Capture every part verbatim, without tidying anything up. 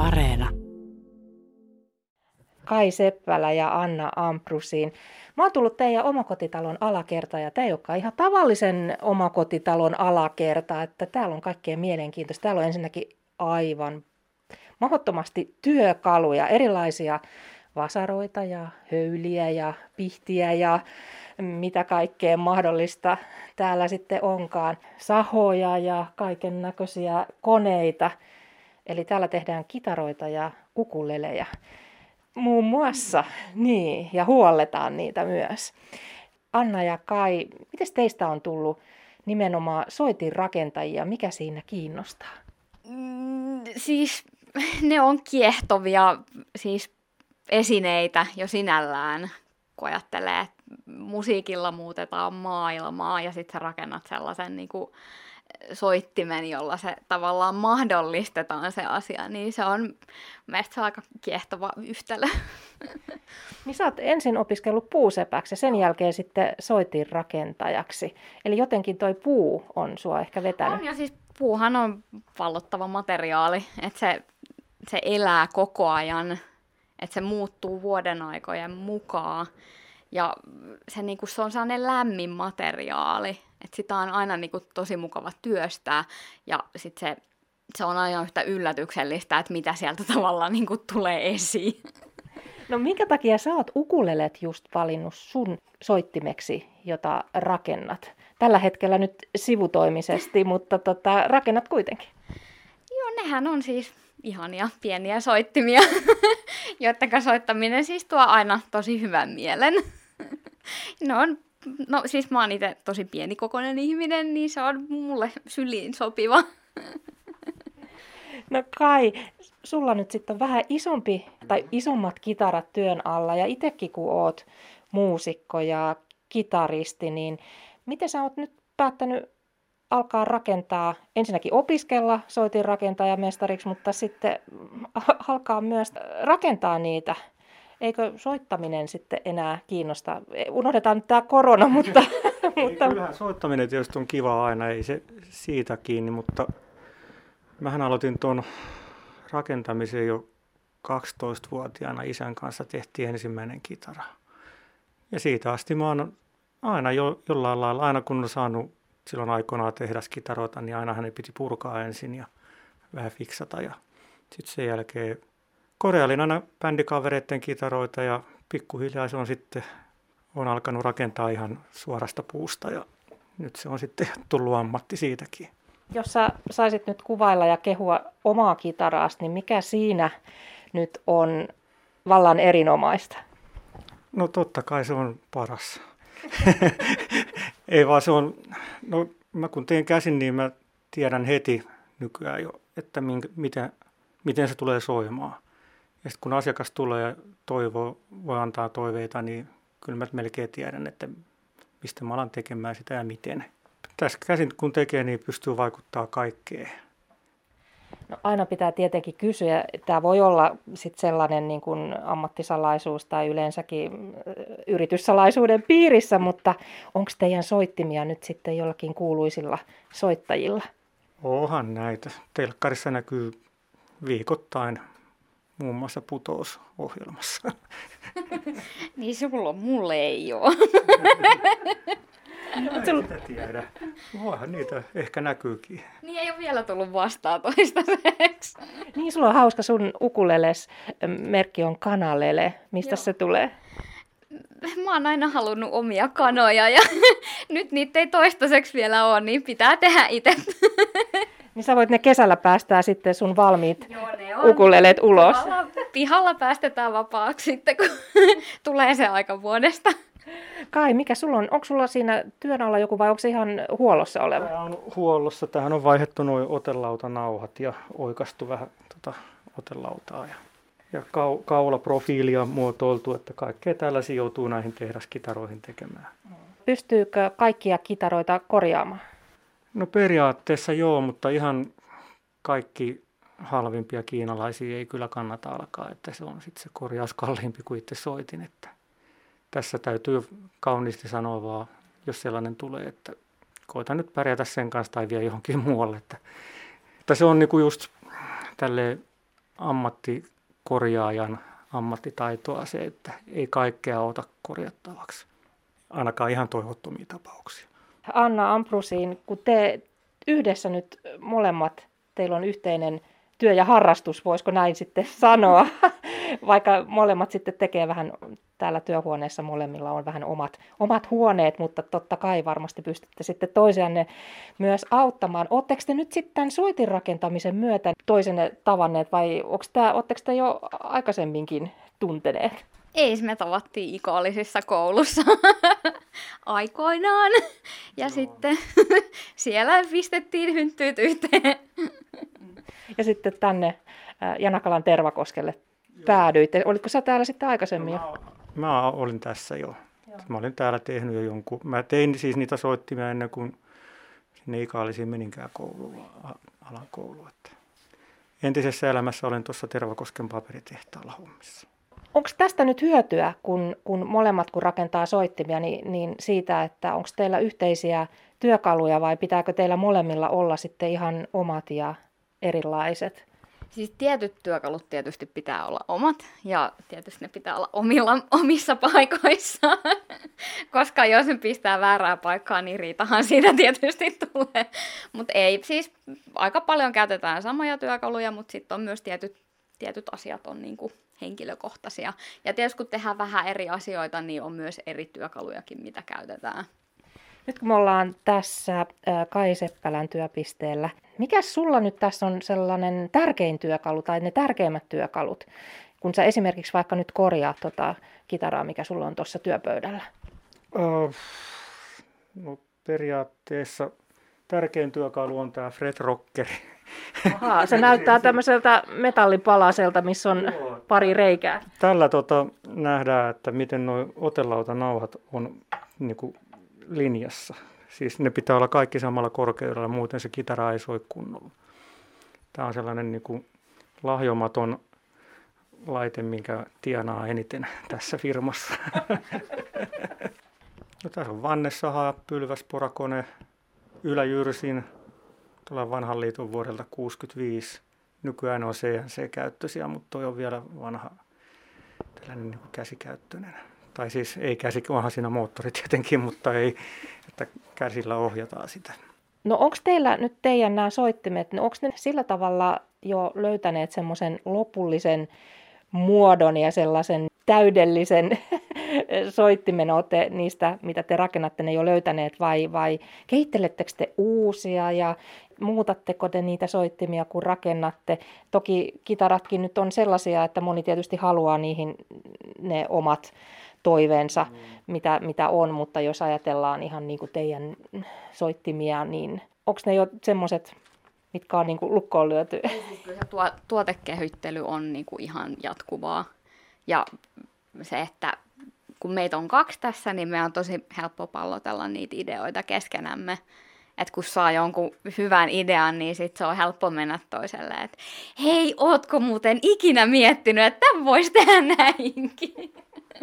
Areena. Kai Seppälä ja Anna Ambrusin. Mä oon tullut teidän omakotitalon alakerta ja tämä ei olekaan ihan tavallisen omakotitalon alakerta, että täällä on kaikkea mielenkiintoista. Täällä on ensinnäkin aivan mahdottomasti työkaluja, erilaisia vasaroita ja höyliä ja pihtiä ja mitä kaikkea mahdollista täällä sitten onkaan. Sahoja ja kaiken näköisiä koneita. Eli täällä tehdään kitaroita ja ukuleleja. Muun muassa, niin, ja huolletaan niitä myös. Anna ja Kai, miten teistä on tullut nimenomaan soitinrakentajia? Mikä siinä kiinnostaa? Mm, siis ne on kiehtovia siis esineitä jo sinällään, kun ajattelee, että musiikilla muutetaan maailmaa ja sitten sä rakennat sellaisen niin kuin soittimen, jolla se tavallaan mahdollistetaan se asia, niin se on mielestäni se on aika kiehtova yhtälö. Niin sä oot ensin opiskellut puusepäksi ja sen jälkeen sitten soitinrakentajaksi. Eli jotenkin toi puu on sua ehkä vetänyt. On, ja siis puuhan on vallottava materiaali, että se, se elää koko ajan, että se muuttuu vuodenaikojen mukaan. Ja se, niin kuin, se on sellainen lämmin materiaali, että sitä on aina niin kuin, tosi mukava työstää. Ja sitten se, se on aina yhtä yllätyksellistä, että mitä sieltä tavallaan niin kuin, tulee esiin. No minkä takia sä oot ukulelet just valinnut sun soittimeksi, jota rakennat? Tällä hetkellä nyt sivutoimisesti, mutta tota, rakennat kuitenkin. Joo, nehän on siis ihania pieniä soittimia, joiden soittaminen siis tuo aina tosi hyvän mielen. No, on, no siis mä oon itse tosi pienikokoinen ihminen, niin se on mulle syliin sopiva. No Kai, sulla nyt sitten on vähän isompi tai isommat kitarat työn alla ja itsekin kun oot muusikko ja kitaristi, niin miten sä oot nyt päättänyt alkaa rakentaa, ensinnäkin opiskella soitinrakentajamestariksi, mutta sitten alkaa myös rakentaa niitä. Eikö soittaminen sitten enää kiinnosta? Unohdetaan nyt tämä korona, mutta... mutta... Kyllähän soittaminen tietysti on kiva aina, ei se siitä kiinni, mutta mähän aloitin tuon rakentamisen jo kaksitoistavuotiaana isän kanssa tehtiin ensimmäinen kitara. Ja siitä asti mä oon aina jo, jollain lailla, aina kun on saanut silloin aikoinaan tehdaskitaroita, niin aina hänen piti purkaa ensin ja vähän fiksata. Ja sitten sen jälkeen korjailin aina bändikavereiden kitaroita ja pikkuhiljaa se on sitten on alkanut rakentaa ihan suorasta puusta ja nyt se on sitten tullut ammatti siitäkin. Jos sä saisit nyt kuvailla ja kehua omaa kitaraasi, niin mikä siinä nyt on vallan erinomaista? No totta kai se on paras. Ei vaan se on, no mä kun teen käsin, niin mä tiedän heti nykyään jo, että minkä, miten, miten se tulee soimaan. Ja sitten kun asiakas tulee ja toivoo, voi antaa toiveita, niin kyllä mä melkein tiedän, että mistä mä alan tekemään sitä ja miten. Tässä käsin kun tekee, niin pystyy vaikuttaa kaikkeen. No, aina pitää tietenkin kysyä. Tämä voi olla sit sellainen niin kuin ammattisalaisuus tai yleensäkin yrityssalaisuuden piirissä, mutta onko teidän soittimia nyt sitten jollakin kuuluisilla soittajilla? Onhan näitä. Telkkarissa näkyy viikoittain muun muassa Putous-ohjelmassa. Niin sulla on, mulle ei ole. No, ei sitä tiedä. Voihan niitä ehkä näkyykin. Niin ei ole vielä tullut vastaan toistaiseksi. Niin, sulla on hauska, sun ukuleles merkki on kanalele. Mistä Joo. se tulee? Mä oon aina halunnut omia kanoja ja nyt niitä ei toistaiseksi vielä ole, niin pitää tehdä itse. Niin sä voit ne kesällä päästää sitten sun valmiit Joo, ne on. ukulelet ulos. Pihalla, pihalla päästetään vapaaksi sitten, kun tulee se aika vuodesta. Kai, mikä sulla on? Onko sulla siinä työn alla joku vai onko se ihan huollossa oleva? Tämä on huollossa. Tähän on vaihdettu nuo otelautanauhat ja oikastu vähän tota otelautaa. Ja, ja kau, kaulaprofiilia muotoiltu, että kaikkea tällaisia joutuu näihin tehdaskitaroihin tekemään. Pystyykö kaikkia kitaroita korjaamaan? No periaatteessa joo, mutta ihan kaikki halvimpia kiinalaisia ei kyllä kannata alkaa, että se on sitten se korjaus kalliimpi kuin itse soitin, että tässä täytyy kauniisti sanoa vaan, jos sellainen tulee, että koitan nyt pärjätä sen kanssa tai vie johonkin muualle. Että, että se on niinku just tälle ammattikorjaajan ammattitaitoa se, että ei kaikkea ota korjattavaksi. Ainakaan ihan toivottomia tapauksia. Anna Ambrosin, kun te yhdessä nyt molemmat, teillä on yhteinen työ ja harrastus, voisiko näin sitten sanoa, vaikka molemmat sitten tekee vähän täällä työhuoneessa, molemmilla on vähän omat, omat huoneet, mutta totta kai varmasti pystytte sitten toisianne myös auttamaan. Oletteko te nyt sitten tämän soitin rakentamisen myötä toisenne tavanneet vai oletteko te jo aikaisemminkin tunteneet? Ei, me tavattiin ikollisissa koulussa aikoinaan ja no. Sitten siellä pistettiin hynttyyt yhteen. Ja sitten tänne Janakalan Tervakoskelle päädyitte. Olitko sä täällä sitten aikaisemmin? No, mä, mä olin tässä jo. Joo. Mä olin täällä tehnyt jo jonkun. Mä tein siis niitä soittimia ennen kuin sinne Ikaalisiin meninkään kouluun, alan kouluun. Entisessä elämässä olin tuossa Tervakosken paperitehtaalla hommissa. Onko tästä nyt hyötyä, kun, kun molemmat kun rakentaa soittimia, niin, niin siitä, että onko teillä yhteisiä työkaluja vai pitääkö teillä molemmilla olla sitten ihan omat ja erilaiset? Siis tietyt työkalut tietysti pitää olla omat ja tietysti ne pitää olla omilla, omissa paikoissaan, koska jos ne pistää väärää paikkaa, niin riitahan siitä tietysti tulee. Mutta ei, siis aika paljon käytetään samoja työkaluja, mutta sitten on myös tietyt, tietyt asiat on niinku henkilökohtaisia. Ja tietysti kun tehdään vähän eri asioita, niin on myös eri työkalujakin, mitä käytetään. Nyt kun me ollaan tässä Kai Seppälän työpisteellä, mikäs sulla nyt tässä on sellainen tärkein työkalu tai ne tärkeimmät työkalut, kun sä esimerkiksi vaikka nyt korjaat tota kitaraa, mikä sulla on tuossa työpöydällä? Uh, no periaatteessa tärkein työkalu on tämä fretrockeri. Ahaa, se näyttää tämmöiseltä metallipalaselta, missä on Joo. pari reikää. Tällä tota, nähdään, että miten nuo otelautanauhat on niinku linjassa. Siis ne pitää olla kaikki samalla korkeudella, muuten se kitara ei soi kunnolla. Tämä on sellainen niinku lahjomaton laite, minkä tienaa eniten tässä firmassa. No, tässä on vannesaha, pylväsporakone, yläjyrsin, tuolla vanhan liiton vuodelta kuusikymmentäviisi. Nykyään on C N C-käyttöisiä, mutta toi on vielä vanha tällainen niin kuin käsikäyttöinen. Tai siis ei käsi, onhan siinä moottori tietenkin, mutta ei, että käsillä ohjataan sitä. No onko teillä nyt teidän nämä soittimet, no onko ne sillä tavalla jo löytäneet semmoisen lopullisen muodon ja sellaisen täydellisen soittimen, olette niistä, mitä te rakennatte, ne jo löytäneet vai, vai kehittelettekö te uusia ja muutatteko te niitä soittimia, kun rakennatte? Toki kitaratkin nyt on sellaisia, että moni tietysti haluaa niihin ne omat toiveensa, mm. mitä, mitä on, mutta jos ajatellaan ihan niin kuin teidän soittimia, niin onko ne jo semmoiset, mitkä on niin kuin lukkoon lyöty? Kyllä se tuo, tuotekehittely on niin kuin ihan jatkuvaa. Ja se, että kun meitä on kaksi tässä, niin me on tosi helppo pallotella niitä ideoita keskenämme. Että kun saa jonkun hyvän idean, niin sit se on helppo mennä toiselle, että hei, ootko muuten ikinä miettinyt, että tämän voisi tehdä näinkin?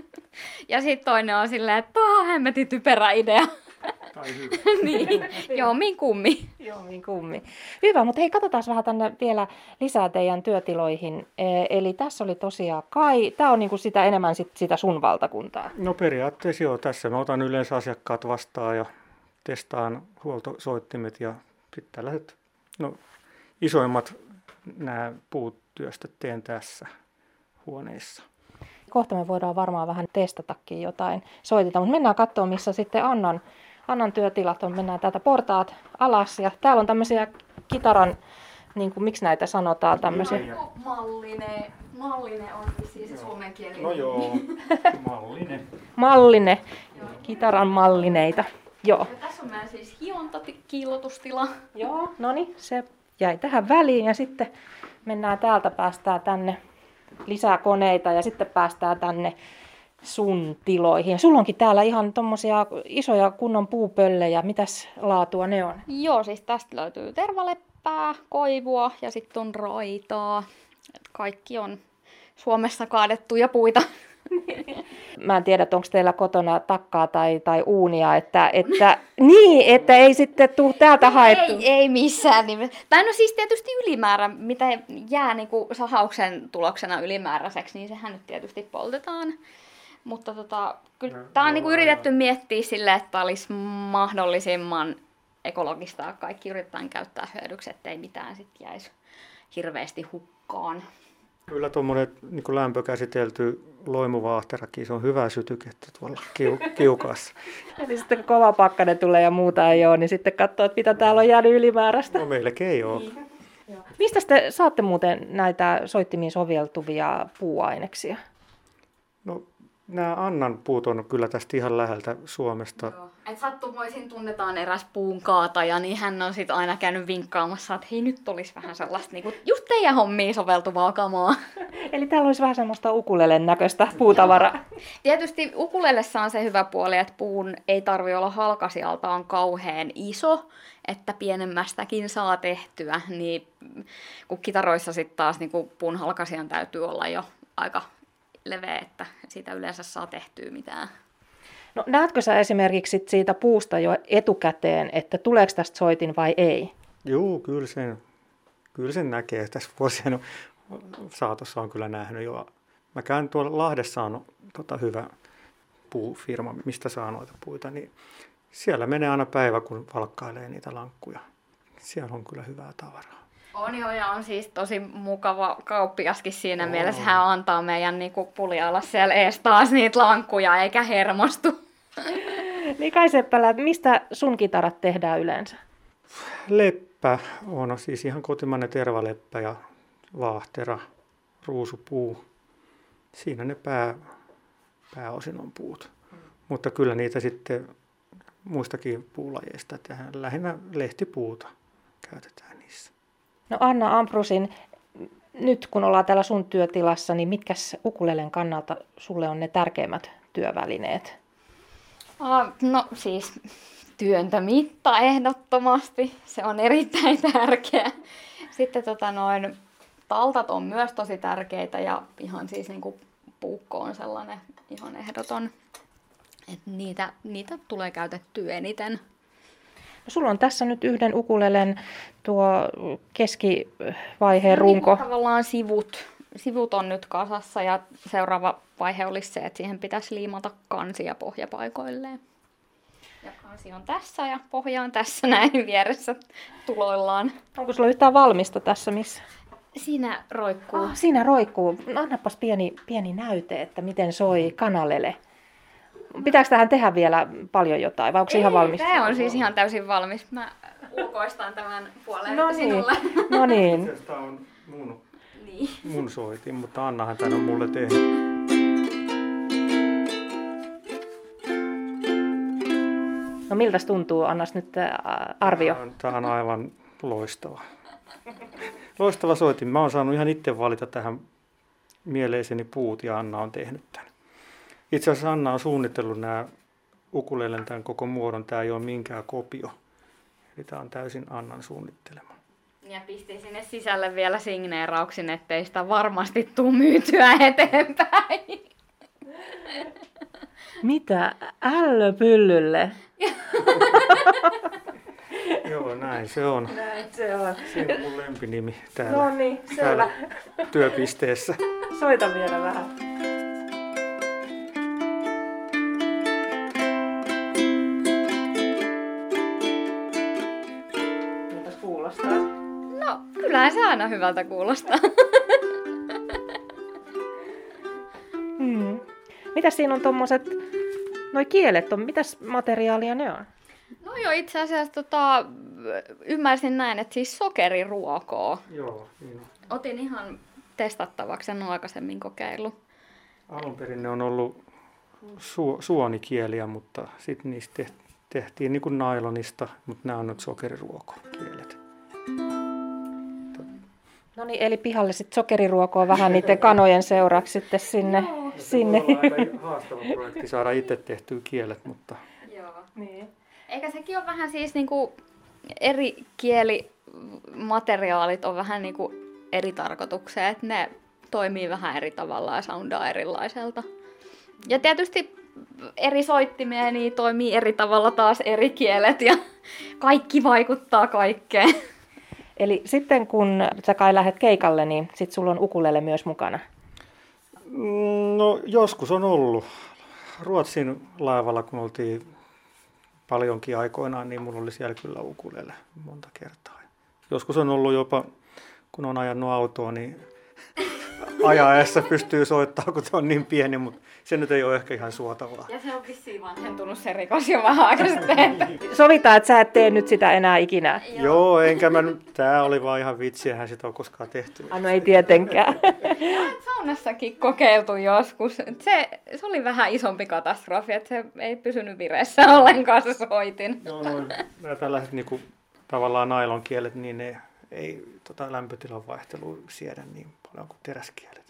Ja sitten toinen on silleen, että tuo hemmetin typerä idea. Tai hyvä. Niin, joo, min kummi. Joo, min kummi. Hyvä, mutta hei, katsotaan vähän tänne vielä lisää teidän työtiloihin. Eli tässä oli tosiaan Kai, tämä on niinku sitä enemmän sit, sitä sun valtakuntaa. No periaatteessa joo, tässä mä otan yleensä asiakkaat vastaan ja testaan huoltosoittimet ja sitten tällaiset, no isoimmat nämä puutyöstöt teen tässä huoneissa. Kohta me voidaan varmaan vähän testatakin jotain soitita, mutta mennään katsoa, missä sitten Annan, Annan työtilat on. Mennään täältä portaat alas ja täällä on tämmöisiä kitaran, niin kuin, miksi näitä sanotaan tämmöisiä? Malline, malline on siis se suomen kieli. No joo, malline. Malline, kitaran mallineita. Joo. Ja tässä on meidän siis hiontakiillotustila. Joo, no niin, se jäi tähän väliin ja sitten mennään täältä, päästään tänne lisää koneita ja sitten päästään tänne sun tiloihin. Ja sulla onkin täällä ihan tommosia isoja kunnon puupöllejä. Mitäs laatua ne on? Joo, siis tästä löytyy tervaleppää, koivua ja sitten on raitaa. Et kaikki on Suomessa kaadettuja puita. Mä en tiedä, onko teillä kotona takkaa tai, tai uunia, että, että, niin, että ei sitten tule täältä haettu. Ei, ei missään nimessä. Tai no siis tietysti ylimäärä, mitä jää niinku sahauksen tuloksena ylimääräiseksi, niin sehän nyt tietysti poltetaan. Mutta tota, kyllä no, tää on no, niinku yritetty miettiä sille, että olisi mahdollisimman ekologista ja kaikki yritetään käyttää hyödyksi, ettei mitään sit jäisi hirveästi hukkaan. Kyllä tuommoinen niin lämpökäsitelty loimuvaahterakin, se on hyvä sytykettä tuolla kiu, kiukaassa. Eli sitten kun kova pakkanen tulee ja muuta ei ole, niin sitten katsoo, että mitä täällä on jäänyt ylimääräistä. No meilläkin ei ole. Niin. Mistä te saatte muuten näitä soittimiin soveltuvia puuaineksia? No nämä Annan puut on kyllä tästä ihan läheltä Suomesta. Joo. Et sattumoisin tunnetaan eräs puun kaataja, niin hän on sitten aina käynyt vinkkaamassa, että hei nyt olisi vähän sellaista niinku just teidän hommiin soveltuvaa kamaa. Eli täällä olisi vähän semmoista ukulelen näköistä puutavaraa. Tietysti ukulelessa on se hyvä puoli, että puun ei tarvitse olla halkasijaltaan kauhean iso, että pienemmästäkin saa tehtyä, niin kun kitaroissa sitten taas niin puun halkasijan täytyy olla jo aika leveä, että siitä yleensä saa tehtyä mitään. No näetkö sä esimerkiksi siitä puusta jo etukäteen, että tuleeko tästä soitin vai ei? Joo, kyllä sen, kyllä sen näkee. Tässä vuosien saatossa on kyllä nähnyt jo. Mä käyn tuolla Lahdessa on tota, hyvä puufirma, mistä saa noita puita, niin siellä menee aina päivä, kun valkkailee niitä lankkuja. Siellä on kyllä hyvää tavaraa. On joo, ja on siis tosi mukava kauppiaskin siinä oh. mielessä. Hän antaa meidän niinku pulialla siellä ees taas niitä lankkuja, eikä hermostu. Niin Kai Seppälä, mistä sun kitarat tehdään yleensä? Leppä on siis ihan kotimainen tervaleppä ja vaahtera, ruusupuu. Siinä ne pää, pääosin on puut. Hmm. Mutta kyllä niitä sitten muistakin puulajeista tehdään. Lähinnä lehtipuuta käytetään niissä. No Anna Ambrosin, nyt kun ollaan täällä sun työtilassa, niin mitkäs ukulelen kannalta sulle on ne tärkeimmät työvälineet? Ah, no siis työntömitta ehdottomasti, se on erittäin tärkeä. Sitten tota noin, taltat on myös tosi tärkeitä ja ihan siis niinku puukko on sellainen ihan ehdoton, että niitä, niitä tulee käytettyä eniten. No, sulla on tässä nyt yhden ukulelen tuo keskivaiheen runko. Niin, tavallaan sivut. Sivut on nyt kasassa ja seuraava vaihe olisi se, että siihen pitäisi liimata kansi ja pohjapaikoilleen. Ja kansi on tässä ja pohja on tässä näin vieressä tuloillaan. Onko sulla yhtään valmista tässä missä? Siinä roikkuu. Ah, siinä roikkuu. No, annapas pieni, pieni näyte, että miten soi kanalele. Pitääkö tähän tehdä vielä paljon jotain vai onko se ihan valmis? Tämä on siis ihan täysin valmis. Mä ulkoistan tämän puolen no sinulle. Niin. No niin. Tämä on mun, niin. mun soitin, mutta Annahan tämän on mulle tehnyt. No miltäs tuntuu? Annas nyt arvio. Tämä on, tämä on aivan loistava. Loistava soitin. Mä oon saanut ihan itse valita tähän mieleiseni puut ja Anna on tehnyt tämän. Itse asiassa Anna on suunnitellut nämä ukulelen tämän koko muodon. Tämä ei ole minkään kopio. Eli tämä on täysin Annan suunnittelema. Ja pistin sinne sisälle vielä signeerauksin, ettei sitä varmasti tule myytyä eteenpäin. Mitä? Ällöpyllylle? Joo, näin se on. Näin se on. Siinä on mun lempinimi täällä, no niin, täällä työpisteessä. Soita vielä vähän. Miltäs kuulostaa? No, kyllähän se aina hyvältä kuulostaa. Hmm. Mitäs siinä on tommoset, noi kielet on, mitäs materiaalia ne on? No joo, itse asiassa tota, ymmärsin näin, että siis sokeriruokoa. Joo, niin on. Otin ihan testattavaksi, en ole aikaisemmin kokeillut. Alun perin ne on ollut su- suonikieliä, mutta sitten niistä te- tehtiin niin kuin nailonista, mutta nämä on nyt sokeriruokokielet. No niin, eli pihalle sitten sokeriruokoa vähän niiden kanojen seuraksi sitten sinne. Joo. sinne. Se voi olla aika haastava projekti saada itse tehtyä kielet, mutta... Joo. Niin. Eikä sekin ole vähän siis niinku eri kielimateriaalit on vähän niinku eri tarkoitukseen, että ne toimii vähän eri tavalla ja soundaa erilaiselta. Ja tietysti eri soittimia niin toimii eri tavalla taas eri kielet ja kaikki vaikuttaa kaikkeen. Eli sitten kun sä kai lähdet keikalle, niin sit sulla on ukulele myös mukana. No joskus on ollut. Ruotsin laivalla, kun oltiin paljonkin aikoinaan, niin mulla oli siellä kyllä ukulele monta kertaa. Joskus on ollut jopa, kun on ajanut autoa, niin ajaessa pystyy soittamaan, kun se on niin pieni, mutta se nyt ei ole ehkä ihan suotavaa. Ja se on vissiin vanhentunut se rikos jo vähän aikaa sitten. Sovitaan, että sä et tee nyt sitä enää ikinä. Joo, Joo enkä mä nyt, tää oli vaan ihan vitsi, eihän sitä ole koskaan tehty. Ah, no ei tietenkään. Saunassakin kokeiltu joskus. Se, se oli vähän isompi katastrofi, että se ei pysynyt vireessä ollenkaan se soitin. Joo, no, nämä tällaiset niinku, tavallaan nailonkielet, niin ne ei tota, lämpötilan vaihtelua siedä niin paljon kuin teräskielet.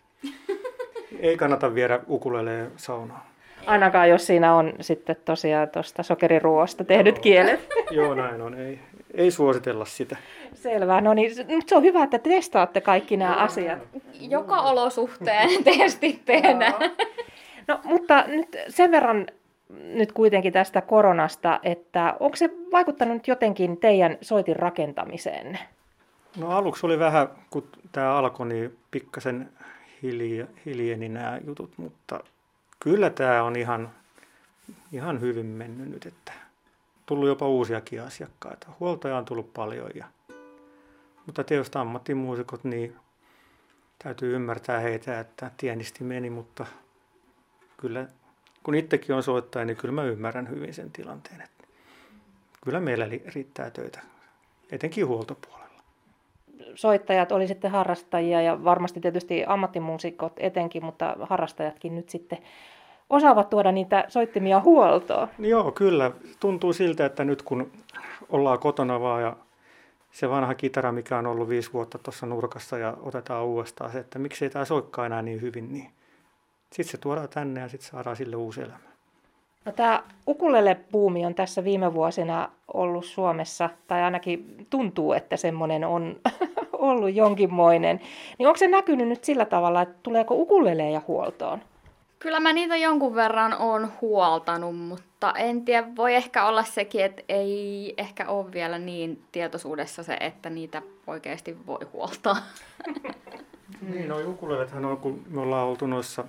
Ei kannata viedä ukulelea saunaan. Ainakaan jos siinä on sitten tosiaan tuosta sokeriruoasta tehdyt Joo. kielet. Joo, näin on. Ei, ei suositella sitä. Selvä. No niin, mutta se on hyvä, että testaatte kaikki nämä Joo, asiat. Joka olosuhteen testit tehdään. No, mutta nyt sen verran nyt kuitenkin tästä koronasta, että onko se vaikuttanut jotenkin teidän soitin rakentamiseen? No aluksi oli vähän, kun tämä alkoi, niin pikkasen hilje, hiljeni nämä jutut, mutta kyllä tämä on ihan, ihan hyvin mennyt nyt, että tullut jopa uusiakin asiakkaita. Huoltaja on tullut paljon, ja, mutta tietysti ammattimuusikot, niin täytyy ymmärtää heitä, että tienisti meni, mutta kyllä kun itsekin on soittaja, niin kyllä mä ymmärrän hyvin sen tilanteen, että kyllä meillä riittää töitä, etenkin huoltopuolella. Soittajat oli sitten harrastajia ja varmasti tietysti ammattimuusikot etenkin, mutta harrastajatkin nyt sitten osaavat tuoda niitä soittimia huoltoon. Joo, kyllä. Tuntuu siltä, että nyt kun ollaan kotona vaan ja se vanha kitara, mikä on ollut viisi vuotta tuossa nurkassa ja otetaan uudestaan se, että miksei tämä soikkaa enää niin hyvin, niin sitten se tuodaan tänne ja sitten saadaan sille uusi elämä. No, tämä ukulele-buumi on tässä viime vuosina ollut Suomessa, tai ainakin tuntuu, että semmoinen on ollut jonkinmoinen. Niin onko se näkynyt nyt sillä tavalla, että tuleeko ukuleleja huoltoon? Kyllä mä niitä jonkun verran oon huoltanut, mutta en tiedä, voi ehkä olla sekin, että ei ehkä ole vielä niin tietoisuudessa se, että niitä oikeasti voi huoltaa. Niin, no ukulelethan on, kun me ollaan oltu noissa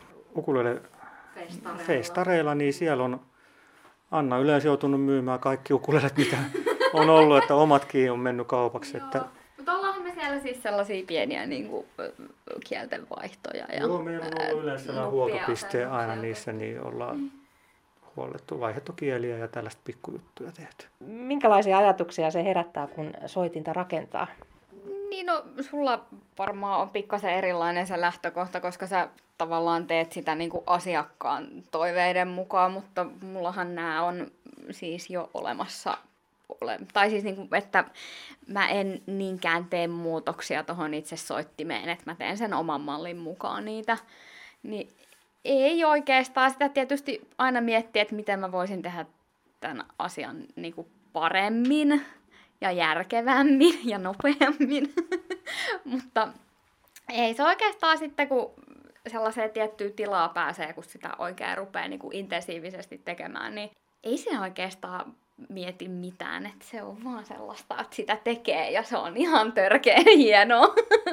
ukulele-festareilla, niin siellä on Anna yleensä joutunut myymään kaikki ukulelet, mitä on ollut, että omatkin on mennyt kaupaksi. Että mutta ollaanhan me siellä siis sellaisia pieniä niin kuin, kieltenvaihtoja. Ja, joo, meillä on ollut yleensä sellainen huoltopisteen aina niissä, niin ollaan mm. huollettu, vaihdettu kieliä ja tällaista pikkujuttuja tehty. Minkälaisia ajatuksia se herättää, kun soitinta rakentaa? Niin no, sulla varmaan on pikkasen erilainen se lähtökohta, koska sä tavallaan teet sitä niin kuin asiakkaan toiveiden mukaan, mutta mullahan nämä on siis jo olemassa. Ole. Tai siis, niin kuin, että mä en niinkään tee muutoksia tuohon itse soittimeen, että mä teen sen oman mallin mukaan niitä. Niin ei oikeastaan sitä tietysti aina miettiä, että miten mä voisin tehdä tämän asian niin kuin paremmin ja järkevämmin ja nopeammin. Mutta ei se oikeastaan sitten, kun sellaiseen tiettyyn tilaa pääsee, kun sitä oikein rupeaa niin kuin intensiivisesti tekemään, niin ei se oikeastaan mieti mitään, että se on vaan sellaista, että sitä tekee ja se on ihan törkeä hienoa.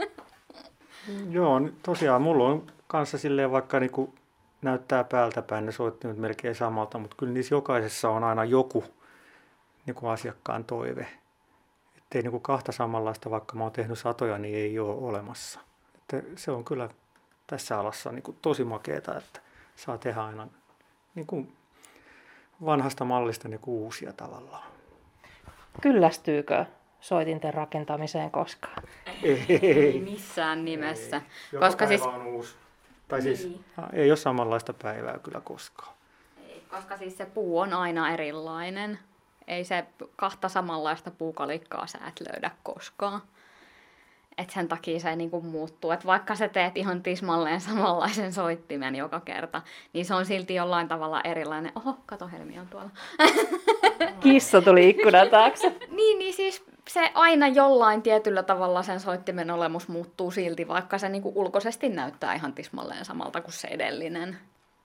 Joo, tosiaan mulla on kanssa silleen, vaikka niinku näyttää päältä päin ne soittimet melkein samalta, mutta kyllä niissä jokaisessa on aina joku niinku asiakkaan toive. Ettei niinku kahta samanlaista, vaikka mä oon tehnyt satoja, niin ei ole olemassa. Että se on kyllä tässä alassa niinku tosi makeeta, että saa tehdä aina niinku vanhasta mallista niinku uusia tavallaan. Kyllästyykö soitinten rakentamiseen koskaan? Ei, ei missään nimessä. Ei. Koska siis on uusi. Tai niin. siis ei ole samanlaista päivää kyllä koskaan. Ei, koska siis se puu on aina erilainen. Ei se kahta samanlaista puukalikkaa sä et löydä koskaan. Et sen takia se niinku muuttuu. Et vaikka sä teet ihan tismalleen samanlaisen soittimen joka kerta, niin se on silti jollain tavalla erilainen. Oho, kato, Helmi on tuolla. Kissa tuli ikkunan taakse. niin, niin siis se aina jollain tietyllä tavalla sen soittimen olemus muuttuu silti, vaikka se niinku ulkoisesti näyttää ihan tismalleen samalta kuin se edellinen.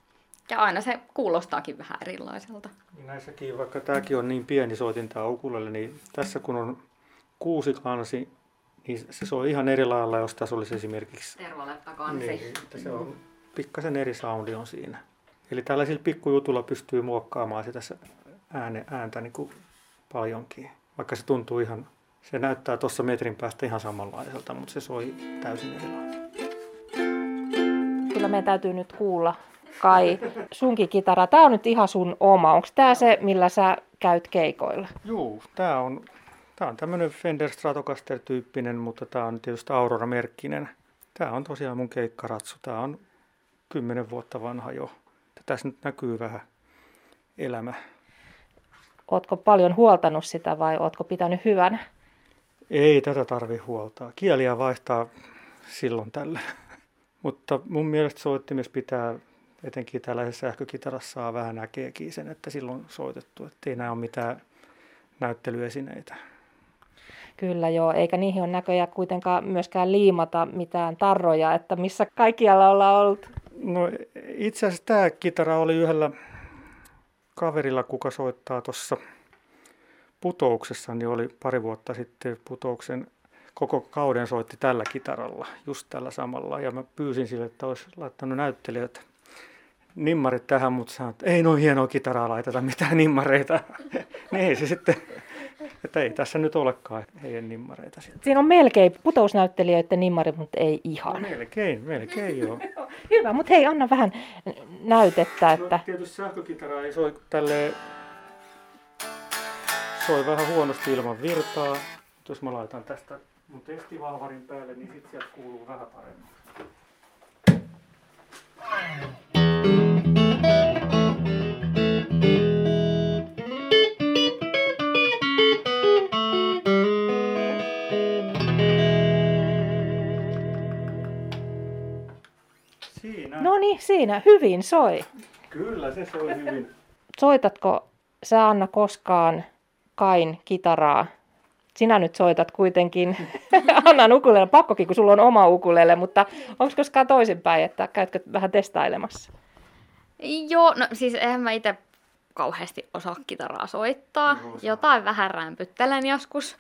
Ja aina se kuulostaakin vähän erilaiselta. Näissäkin, vaikka tämäkin on niin pieni soitin tämä ukulele, niin tässä kun on kuusi kansi, niin se soi ihan eri lailla, jos tässä olisi esimerkiksi... Tervaletta kansi. Niin, se on pikkasen eri soundi on siinä. Eli tällaisilla pikkujutulla pystyy muokkaamaan sitä ääne, ääntä niin kuin paljonkin. Vaikka se tuntuu ihan, se näyttää tuossa metrin päästä ihan samanlaiselta, mutta se soi täysin erilainen. Kyllä meidän täytyy nyt kuulla, Kai, sunkin kitara. Tämä on nyt ihan sun oma. Onko tämä se, millä sä käyt keikoilla? Joo, tämä on, tämä on tämmöinen Fender Stratocaster-tyyppinen, mutta tämä on tietysti Aurora-merkkinen. Tämä on tosiaan mun keikkaratsu. Tämä on kymmenen vuotta vanha jo. Tässä nyt näkyy vähän elämä. Ootko paljon huoltanut sitä vai ootko pitänyt hyvänä? Ei tätä tarvitse huoltaa. Kieliä vaihtaa silloin tällä. Mutta mun mielestä soittimessa pitää, etenkin tällaisessa sähkökitarassa saa vähän näkeekin sen, että silloin soitettu. Että ei nämä ole mitään näyttelyesineitä. Kyllä joo, eikä niihin ole näköjään kuitenkaan myöskään liimata mitään tarroja, että missä kaikkialla ollaan ollut. No itse asiassa tämä kitara oli yhdellä kaverilla, kuka soittaa tuossa Putouksessa, niin oli pari vuotta sitten Putouksen koko kauden soitti tällä kitaralla, just tällä samalla. Ja mä pyysin sille, että olisi laittanut näyttelijöitä nimmarit tähän, mutta sanoin, että ei noin hienoa kitaraa laiteta mitään nimmareita. Niin ei se sitten, että ei tässä nyt olekaan heidän nimmareita. Siinä on melkein putousnäyttelijöiden nimmarit, mutta ei ihan. No, melkein, melkein joo. Hyvä, mutta hei, anna vähän näytettä. Että... No, tietysti sähkökitara ei soi tälleen, soi vähän huonosti ilman virtaa. Mutta jos mä laitan tästä mun testivahvarin päälle, niin sit sieltä kuuluu vähän paremmin. Siinä. No niin, siinä. Hyvin soi. Kyllä, se soi hyvin. Soitatko sä, Anna, koskaan Kain kitaraa? Sinä nyt soitat kuitenkin Annan ukulele, pakkokin, kun sulla on oma ukulele, mutta onko koskaan toisinpäin, että käytkö vähän testailemassa? Joo, no siis eihän mä itse kauheasti osaa kitaraa soittaa. Joo, jotain vähän rämpyttelen joskus.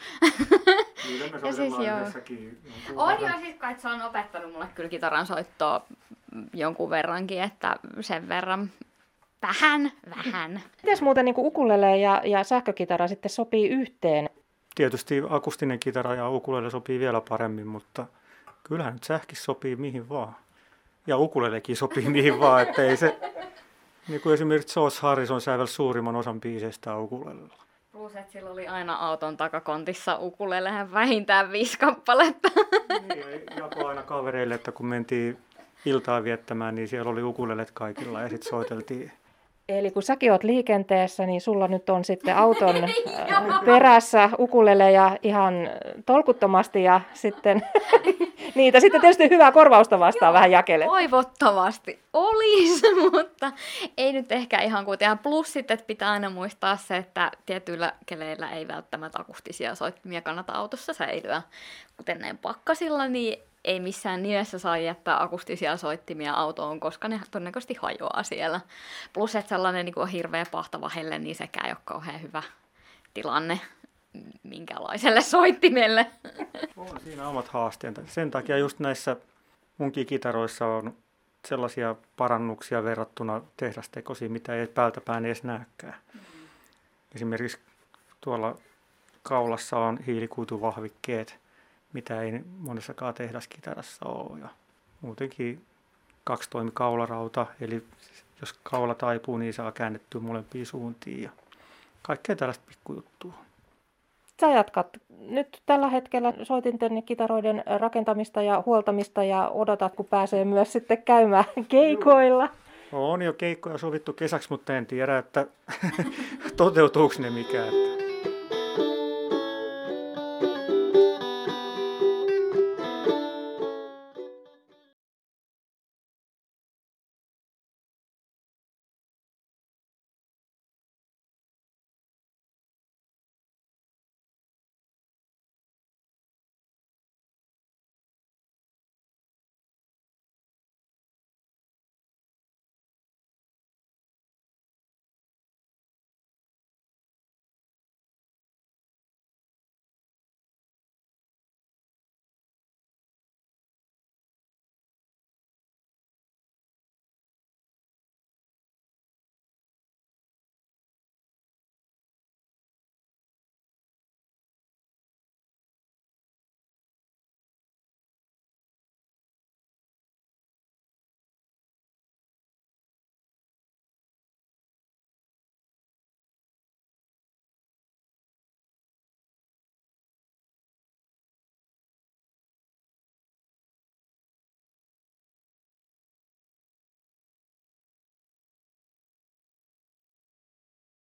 Niitä me Ja siis joo. tässäkin. On joo, siis kai se on opettanut mulle kyllä kitaran soittoa jonkun verrankin, että sen verran vähän, vähän. Miten muuten niin ukulele ja, ja sähkökitara sitten sopii yhteen? Tietysti akustinen kitara ja ukulele sopii vielä paremmin, mutta kyllähän nyt sähkis sopii mihin vaan. Ja ukulelekin sopii mihin vaan, että ei se, niin kuin esimerkiksi George Harrison sävelsi suurimman osan biiseistä ukulelella. Plus, että sillä oli aina auton takakontissa ukulelehän vähintään viisi kappaletta. Niin, jako aina kavereille, että kun mentiin iltaa viettämään, niin siellä oli ukulelet kaikilla ja sitten soiteltiin. Eli kun säkin oot liikenteessä, niin sulla nyt on sitten auton perässä ukuleleja ihan tolkuttomasti ja sitten niitä sitten tietysti hyvää korvausta vastaan vähän jakele. Toivottavasti olisi, mutta ei nyt ehkä ihan kuitenkaan. Plus sitten, että pitää aina muistaa se, että tietyillä keleillä ei välttämättä akustisia soittimia kannata autossa säilyä. Kuten näin pakkasilla, niin ei missään nimessä saa jättää akustisia soittimia autoon, koska ne todennäköisesti hajoaa siellä. Plus, että sellainen niin kuin on hirveä pahtava helle, niin sekään ei ole kauhean hyvä tilanne minkälaiselle soittimelle. On siinä omat haasteensa. Sen takia just näissä munkin kitaroissa on sellaisia parannuksia verrattuna tehdastekoisiin, mitä ei päältä päin edes näekään. Mm. Esimerkiksi tuolla kaulassa on hiilikuituvahvikkeet, mitä ei monessakaan tehdaskitarassa ole. Ja muutenkin kaksitoimi kaularauta, eli jos kaula taipuu, niin saa käännettyä molempiin suuntiin. Ja kaikkea tällaista pikkujuttua. Sä jatkat nyt tällä hetkellä soitinten kitaroiden rakentamista ja huoltamista ja odotat, kun pääsee myös sitten käymään keikoilla. On jo keikkoja sovittu kesäksi, mutta en tiedä, että toteutuuko ne mikään.